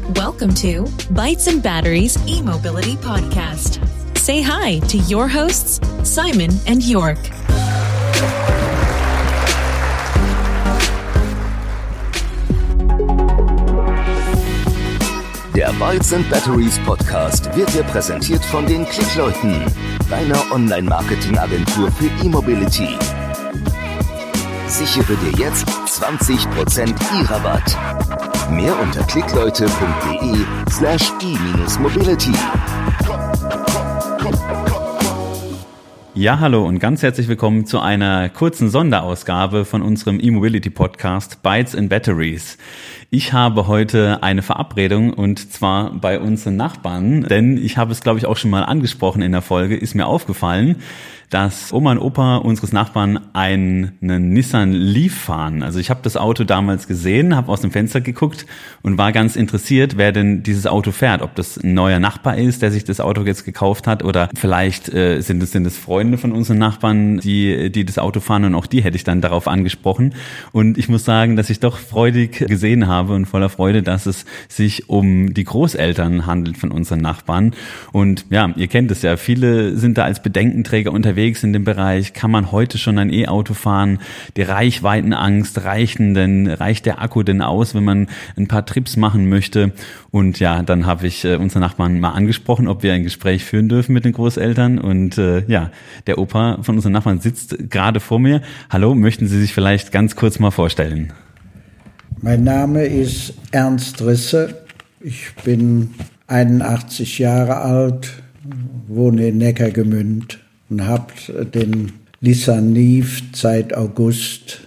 Welcome to Bytes and Batteries E-Mobility Podcast. Say hi to your hosts, Simon and York. Der Bytes and Batteries Podcast wird dir präsentiert von den Klickleuten, deiner Online-Marketing-Agentur für E-Mobility. Sichere dir jetzt 20% E-Rabatt. Mehr unter klickleute.de/e-mobility. Ja, hallo und ganz herzlich willkommen zu einer kurzen Sonderausgabe von unserem E-Mobility-Podcast Bytes and Batteries. Ich habe heute eine Verabredung und zwar bei unseren Nachbarn, denn ich habe es, glaube ich, auch schon mal angesprochen in der Folge, ist mir aufgefallen, dass Oma und Opa unseres Nachbarn einen Nissan Leaf fahren. Also ich habe das Auto damals gesehen, habe aus dem Fenster geguckt und war ganz interessiert, wer denn dieses Auto fährt. Ob das ein neuer Nachbar ist, der sich das Auto jetzt gekauft hat, oder vielleicht sind es Freunde von unseren Nachbarn, die das Auto fahren, und auch die hätte ich dann darauf angesprochen. Und ich muss sagen, dass ich doch freudig gesehen habe und voller Freude, dass es sich um die Großeltern handelt von unseren Nachbarn. Und ja, ihr kennt es ja, viele sind da als Bedenkenträger unterwegs in dem Bereich. Kann man heute schon ein E-Auto fahren? Die Reichweitenangst, reicht der Akku denn aus, wenn man ein paar Trips machen möchte? Und ja, dann habe ich unsere Nachbarn mal angesprochen, ob wir ein Gespräch führen dürfen mit den Großeltern. Und ja, der Opa von unseren Nachbarn sitzt gerade vor mir. Hallo, möchten Sie sich vielleicht ganz kurz mal vorstellen? Mein Name ist Ernst Risse. Ich bin 81 Jahre alt, wohne in Neckargemünd und habe den Nissan Leaf seit August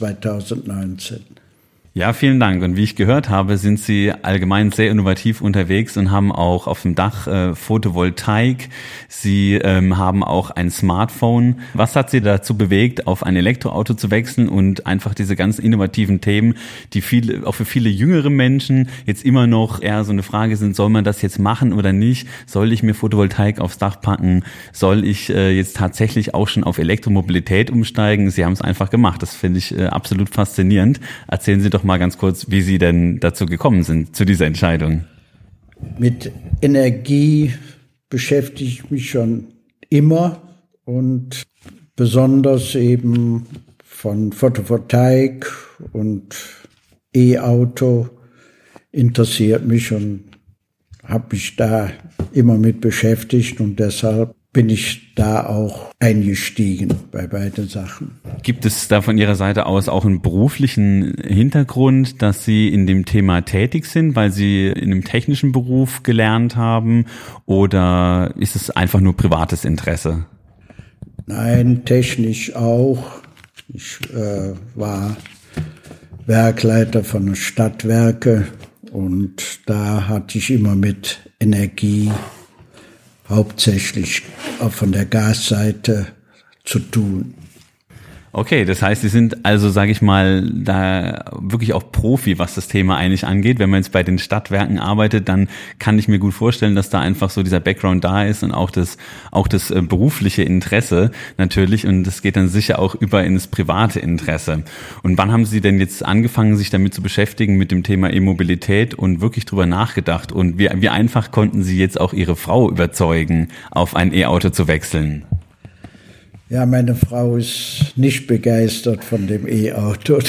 2019. Ja, vielen Dank. Und wie ich gehört habe, sind Sie allgemein sehr innovativ unterwegs und haben auch auf dem Dach Photovoltaik. Sie haben auch ein Smartphone. Was hat Sie dazu bewegt, auf ein Elektroauto zu wechseln und einfach diese ganzen innovativen Themen, die auch für viele jüngere Menschen jetzt immer noch eher so eine Frage sind, soll man das jetzt machen oder nicht? Soll ich mir Photovoltaik aufs Dach packen? Soll ich jetzt tatsächlich auch schon auf Elektromobilität umsteigen? Sie haben es einfach gemacht. Das finde ich absolut faszinierend. Erzählen Sie doch mal ganz kurz, wie Sie denn dazu gekommen sind, zu dieser Entscheidung. Mit Energie beschäftige ich mich schon immer und besonders eben von Photovoltaik und E-Auto interessiert mich und habe mich da immer mit beschäftigt und deshalb bin ich da auch eingestiegen bei beiden Sachen. Gibt es da von Ihrer Seite aus auch einen beruflichen Hintergrund, dass Sie in dem Thema tätig sind, weil Sie in einem technischen Beruf gelernt haben, oder ist es einfach nur privates Interesse? Nein, technisch auch. Ich war Werkleiter von den Stadtwerke und da hatte ich immer mit Energie hauptsächlich auch von der Gasseite zu tun. Okay, das heißt, Sie sind also, sage ich mal, da wirklich auch Profi, was das Thema eigentlich angeht. Wenn man jetzt bei den Stadtwerken arbeitet, dann kann ich mir gut vorstellen, dass da einfach so dieser Background da ist und auch das berufliche Interesse natürlich, und das geht dann sicher auch über ins private Interesse. Und wann haben Sie denn jetzt angefangen, sich damit zu beschäftigen mit dem Thema E-Mobilität und wirklich drüber nachgedacht? Und wie einfach konnten Sie jetzt auch Ihre Frau überzeugen, auf ein E-Auto zu wechseln? Ja, meine Frau ist nicht begeistert von dem E-Auto.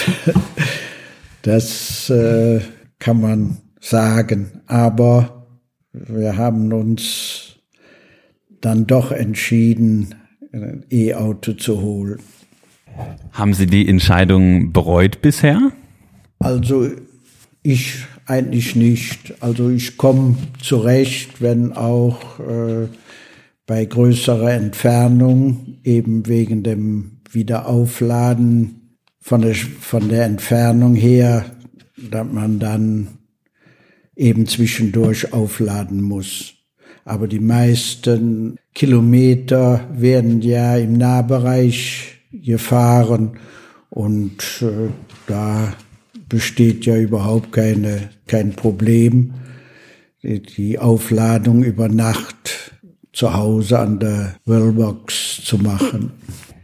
Das kann man sagen. Aber wir haben uns dann doch entschieden, ein E-Auto zu holen. Haben Sie die Entscheidung bereut bisher? Also ich eigentlich nicht. Also ich komme zurecht, wenn auch bei größerer Entfernung, eben wegen dem Wiederaufladen von der Entfernung her, dass man dann eben zwischendurch aufladen muss. Aber die meisten Kilometer werden ja im Nahbereich gefahren und da besteht ja überhaupt kein Problem, die Aufladung über Nacht zu Hause an der Wellbox zu machen.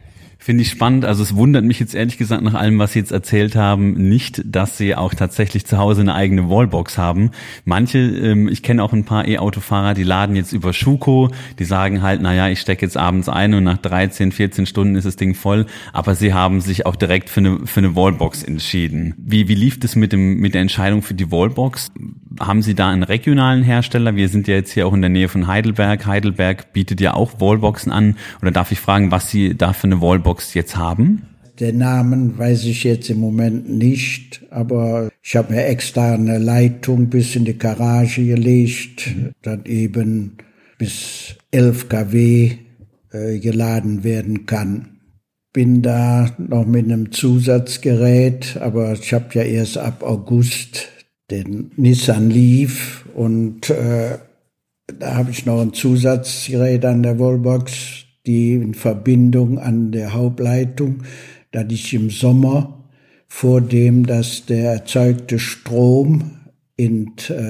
Finde ich spannend. Also es wundert mich jetzt ehrlich gesagt nach allem, was Sie jetzt erzählt haben, nicht, dass Sie auch tatsächlich zu Hause eine eigene Wallbox haben. Manche, ich kenne auch ein paar E-Autofahrer, die laden jetzt über Schuko, die sagen halt, naja, ich stecke jetzt abends ein und nach 13, 14 Stunden ist das Ding voll. Aber Sie haben sich auch direkt für eine Wallbox entschieden. Wie lief das mit der Entscheidung für die Wallbox? Haben Sie da einen regionalen Hersteller? Wir sind ja jetzt hier auch in der Nähe von Heidelberg. Heidelberg bietet ja auch Wallboxen an. Oder darf ich fragen, was Sie da für eine Wallbox jetzt haben? Den Namen weiß ich jetzt im Moment nicht, aber ich habe mir extra eine Leitung bis in die Garage gelegt, dann eben bis 11 kW geladen werden kann. Bin da noch mit einem Zusatzgerät, aber ich habe ja erst ab August den Nissan Leaf und da habe ich noch ein Zusatzgerät an der Wallbox, die in Verbindung an der Hauptleitung, dass ich im Sommer, vor dem, dass der erzeugte Strom in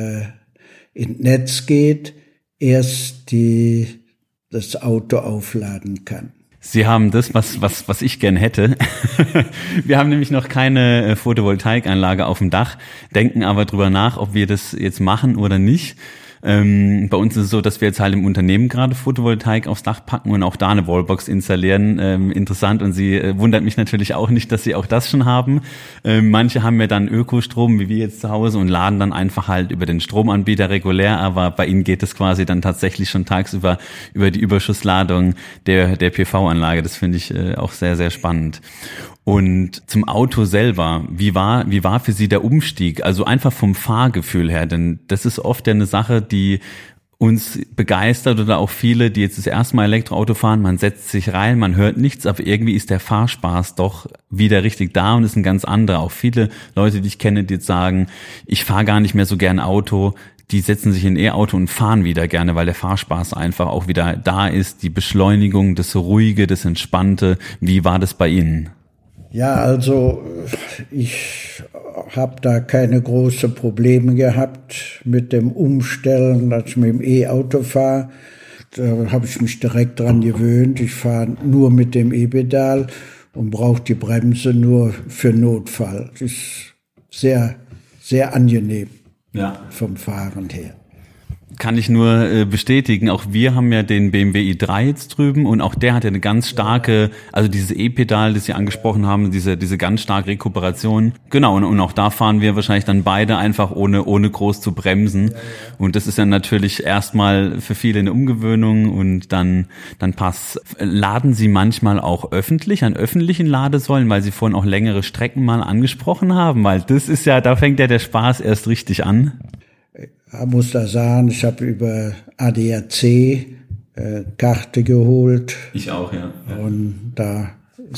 Netz geht, erst das Auto aufladen kann. Sie haben das, was ich gern hätte. Wir haben nämlich noch keine Photovoltaikanlage auf dem Dach, denken aber drüber nach, ob wir das jetzt machen oder nicht. Bei uns ist es so, dass wir jetzt halt im Unternehmen gerade Photovoltaik aufs Dach packen und auch da eine Wallbox installieren. Interessant, und sie wundert mich natürlich auch nicht, dass sie auch das schon haben. Manche haben ja dann Ökostrom, wie wir jetzt zu Hause, und laden dann einfach halt über den Stromanbieter regulär, aber bei ihnen geht es quasi dann tatsächlich schon tagsüber über die Überschussladung der PV-Anlage. Das finde ich auch sehr, sehr spannend. Und zum Auto selber, wie war für Sie der Umstieg? Also einfach vom Fahrgefühl her, denn das ist oft ja eine Sache, die uns begeistert, oder auch viele, die jetzt das erste Mal Elektroauto fahren. Man setzt sich rein, man hört nichts, aber irgendwie ist der Fahrspaß doch wieder richtig da und ist ein ganz anderer. Auch viele Leute, die ich kenne, die jetzt sagen, ich fahre gar nicht mehr so gern Auto, die setzen sich in ein E-Auto und fahren wieder gerne, weil der Fahrspaß einfach auch wieder da ist, die Beschleunigung, das Ruhige, das Entspannte. Wie war das bei Ihnen? Ja, also ich habe da keine großen Probleme gehabt mit dem Umstellen, dass ich mit dem E-Auto fahre. Da habe ich mich direkt dran gewöhnt. Ich fahre nur mit dem E-Pedal und brauche die Bremse nur für Notfall. Das ist sehr, sehr angenehm, ja, vom Fahren her. Kann ich nur bestätigen. Auch wir haben ja den BMW i3 jetzt drüben, und auch der hat ja eine ganz starke, also dieses E-Pedal, das Sie angesprochen haben, diese ganz starke Rekuperation. Genau, und auch da fahren wir wahrscheinlich dann beide einfach ohne groß zu bremsen. Und das ist ja natürlich erstmal für viele eine Umgewöhnung, und dann passt. Laden Sie manchmal auch öffentlich an öffentlichen Ladesäulen, weil Sie vorhin auch längere Strecken mal angesprochen haben? Weil das ist ja, da fängt ja der Spaß erst richtig an. Ich muss da sagen, ich habe über ADAC Karte geholt. Ich auch, ja. Und da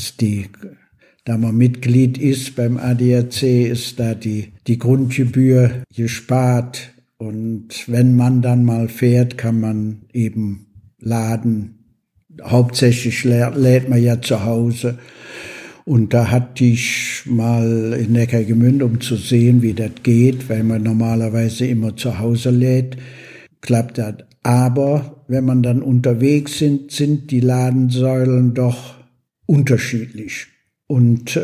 man Mitglied ist beim ADAC, ist da die Grundgebühr gespart. Und wenn man dann mal fährt, kann man eben laden. Hauptsächlich lädt man ja zu Hause. Und da hatte ich mal in Neckargemünd, um zu sehen, wie das geht, weil man normalerweise immer zu Hause lädt, klappt das. Aber wenn man dann unterwegs sind die Ladensäulen doch unterschiedlich. Und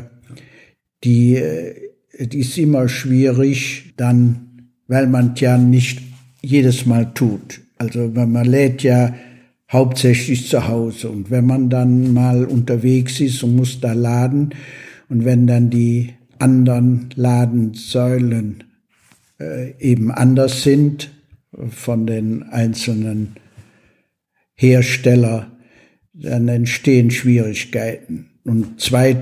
die ist immer schwierig dann, weil man es ja nicht jedes Mal tut. Also man lädt ja hauptsächlich zu Hause. Und wenn man dann mal unterwegs ist und muss da laden, und wenn dann die anderen Ladensäulen eben anders sind von den einzelnen Herstellern, dann entstehen Schwierigkeiten. Und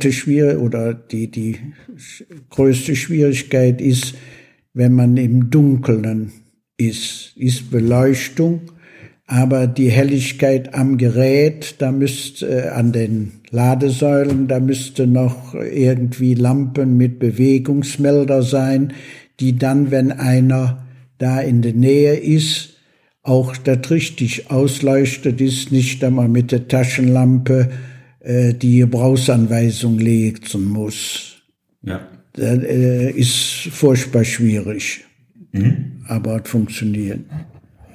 die größte Schwierigkeit ist, wenn man im Dunkeln ist Beleuchtung. Aber die Helligkeit am Gerät, an den Ladesäulen, da müsste noch irgendwie Lampen mit Bewegungsmelder sein, die dann, wenn einer da in der Nähe ist, auch das richtig ausleuchtet ist, nicht einmal mit der Taschenlampe die Gebrauchsanweisung lesen muss. Ja. Das ist furchtbar schwierig, aber es funktioniert.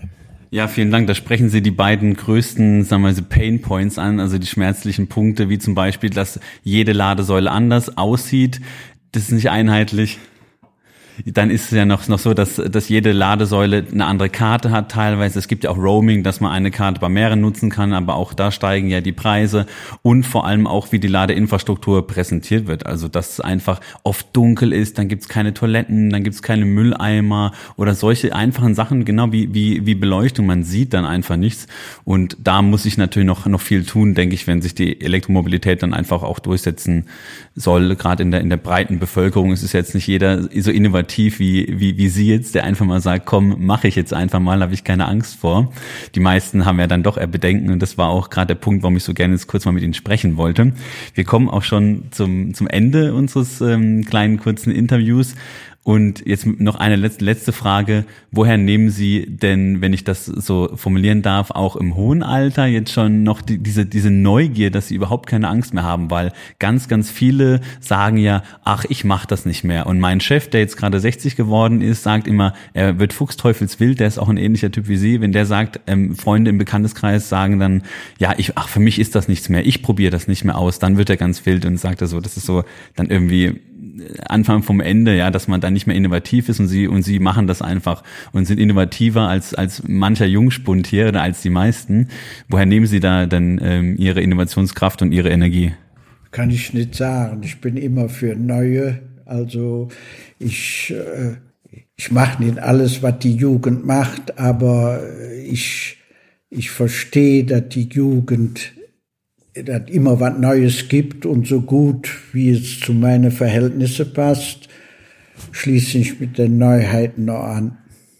Ja, vielen Dank. Da sprechen Sie die beiden größten, sagen wir mal, Pain Points an, also die schmerzlichen Punkte, wie zum Beispiel, dass jede Ladesäule anders aussieht. Das ist nicht einheitlich. Dann ist es ja noch so, dass jede Ladesäule eine andere Karte hat teilweise. Es gibt ja auch Roaming, dass man eine Karte bei mehreren nutzen kann, aber auch da steigen ja die Preise und vor allem auch, wie die Ladeinfrastruktur präsentiert wird. Also, dass es einfach oft dunkel ist, dann gibt's keine Toiletten, dann gibt's keine Mülleimer oder solche einfachen Sachen, genau wie Beleuchtung. Man sieht dann einfach nichts und da muss sich natürlich noch viel tun, denke ich, wenn sich die Elektromobilität dann einfach auch durchsetzen soll, gerade in der breiten Bevölkerung. Es ist jetzt nicht jeder so innovativ wie Sie jetzt, der einfach mal sagt, komm, mache ich jetzt einfach mal, habe ich keine Angst vor. Die meisten haben ja dann doch eher Bedenken und das war auch gerade der Punkt, warum ich so gerne jetzt kurz mal mit Ihnen sprechen wollte. Wir kommen auch schon zum Ende unseres kleinen kurzen Interviews. Und jetzt noch eine letzte Frage. Woher nehmen Sie denn, wenn ich das so formulieren darf, auch im hohen Alter jetzt schon noch diese Neugier, dass Sie überhaupt keine Angst mehr haben? Weil ganz, ganz viele sagen ja, ach, ich mache das nicht mehr. Und mein Chef, der jetzt gerade 60 geworden ist, sagt immer, er wird fuchsteufelswild. Der ist auch ein ähnlicher Typ wie Sie. Wenn der sagt, Freunde im Bekannteskreis sagen dann, ja, für mich ist das nichts mehr. Ich probiere das nicht mehr aus. Dann wird er ganz wild und sagt er so, das ist so dann irgendwie Anfang vom Ende, ja, dass man dann nicht mehr innovativ ist und sie machen das einfach und sind innovativer als mancher Jungspund hier oder als die meisten. Woher nehmen Sie da dann Ihre Innovationskraft und Ihre Energie? Kann ich nicht sagen. Ich bin immer für Neue. Also ich mache nicht alles, was die Jugend macht, aber ich verstehe, dass die Jugend dass immer was Neues gibt und so gut, wie es zu meinen Verhältnissen passt, schließe ich mit den Neuheiten noch an.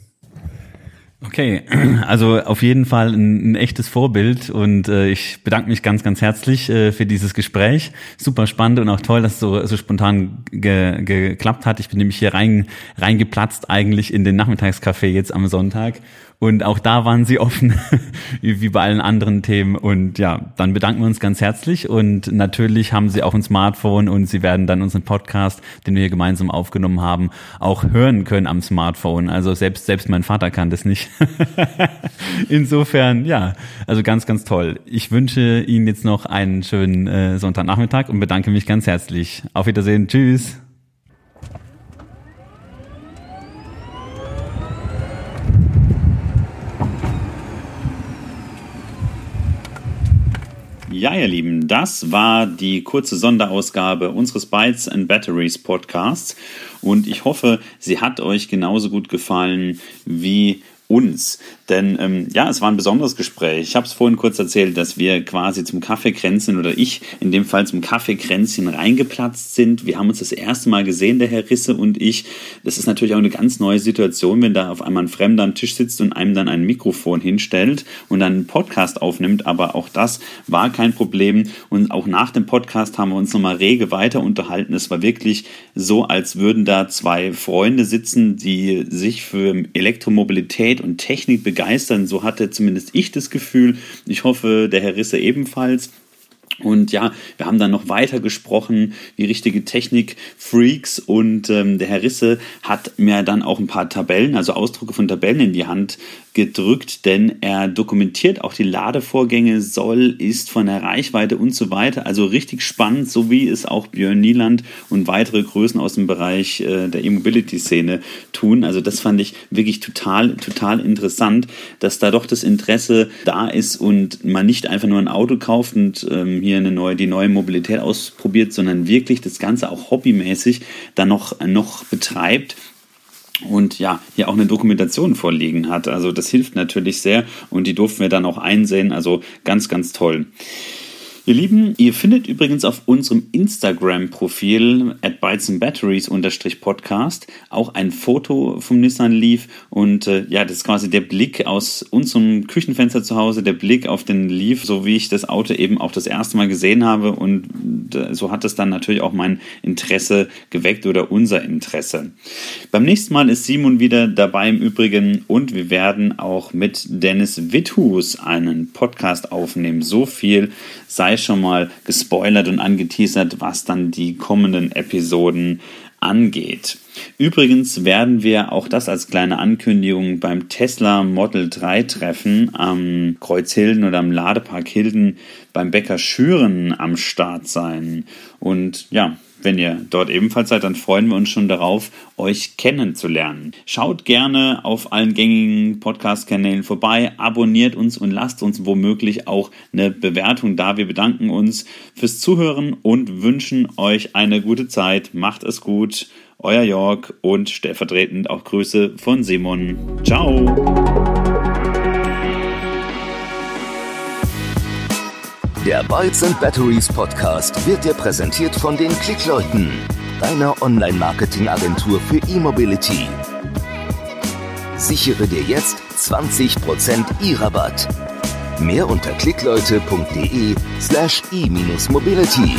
Okay, also auf jeden Fall ein echtes Vorbild und ich bedanke mich ganz, ganz herzlich für dieses Gespräch. Super spannend und auch toll, dass es so spontan geklappt hat. Ich bin nämlich hier reingeplatzt eigentlich in den Nachmittagskaffee jetzt am Sonntag. Und auch da waren Sie offen, wie bei allen anderen Themen. Und ja, dann bedanken wir uns ganz herzlich. Und natürlich haben Sie auch ein Smartphone und Sie werden dann unseren Podcast, den wir hier gemeinsam aufgenommen haben, auch hören können am Smartphone. Also selbst mein Vater kann das nicht. Insofern, ja, also ganz, ganz toll. Ich wünsche Ihnen jetzt noch einen schönen Sonntagnachmittag und bedanke mich ganz herzlich. Auf Wiedersehen. Tschüss. Ja, ihr Lieben, das war die kurze Sonderausgabe unseres Bytes and Batteries Podcasts und ich hoffe, sie hat euch genauso gut gefallen wie uns. Denn es war ein besonderes Gespräch. Ich habe es vorhin kurz erzählt, dass wir quasi zum Kaffeekränzchen oder ich in dem Fall zum Kaffeekränzchen reingeplatzt sind. Wir haben uns das erste Mal gesehen, der Herr Risse und ich. Das ist natürlich auch eine ganz neue Situation, wenn da auf einmal ein Fremder am Tisch sitzt und einem dann ein Mikrofon hinstellt und dann einen Podcast aufnimmt. Aber auch das war kein Problem. Und auch nach dem Podcast haben wir uns nochmal rege weiter unterhalten. Es war wirklich so, als würden da zwei Freunde sitzen, die sich für Elektromobilität und Technik begeistern. So hatte zumindest ich das Gefühl. Ich hoffe, der Herr Risse ebenfalls. Und ja, wir haben dann noch weiter gesprochen, wie richtige Technik-Freaks und der Herr Risse hat mir dann auch ein paar Tabellen, also Ausdrucke von Tabellen in die Hand gedrückt, denn er dokumentiert auch die Ladevorgänge, ist von der Reichweite und so weiter. Also richtig spannend, so wie es auch Björn Nieland und weitere Größen aus dem Bereich der E-Mobility-Szene tun. Also das fand ich wirklich total interessant, dass da doch das Interesse da ist und man nicht einfach nur ein Auto kauft und hier die neue Mobilität ausprobiert, sondern wirklich das Ganze auch hobbymäßig dann noch betreibt. Und ja, hier auch eine Dokumentation vorliegen hat. Also das hilft natürlich sehr und die durften wir dann auch einsehen. Also ganz, ganz toll. Ihr Lieben, ihr findet übrigens auf unserem Instagram-Profil @bytesandbatteries_podcast auch ein Foto vom Nissan Leaf und das ist quasi der Blick aus unserem Küchenfenster zu Hause, der Blick auf den Leaf, so wie ich das Auto eben auch das erste Mal gesehen habe und so hat es dann natürlich auch mein Interesse geweckt oder unser Interesse. Beim nächsten Mal ist Simon wieder dabei im Übrigen und wir werden auch mit Dennis Withus einen Podcast aufnehmen. So viel sei schon mal gespoilert und angeteasert, was dann die kommenden Episoden angeht. Übrigens werden wir auch das als kleine Ankündigung beim Tesla Model 3 Treffen am Kreuz Hilden oder am Ladepark Hilden beim Bäcker Schüren am Start sein. Und ja, wenn ihr dort ebenfalls seid, dann freuen wir uns schon darauf, euch kennenzulernen. Schaut gerne auf allen gängigen Podcast-Kanälen vorbei, abonniert uns und lasst uns womöglich auch eine Bewertung da. Wir bedanken uns fürs Zuhören und wünschen euch eine gute Zeit. Macht es gut. Euer Jörg und stellvertretend auch Grüße von Simon. Ciao! Der Bytes & Batteries Podcast wird dir präsentiert von den Klickleuten, deiner Online-Marketing-Agentur für E-Mobility. Sichere dir jetzt 20% E-Rabatt. Mehr unter klickleute.de/e-mobility.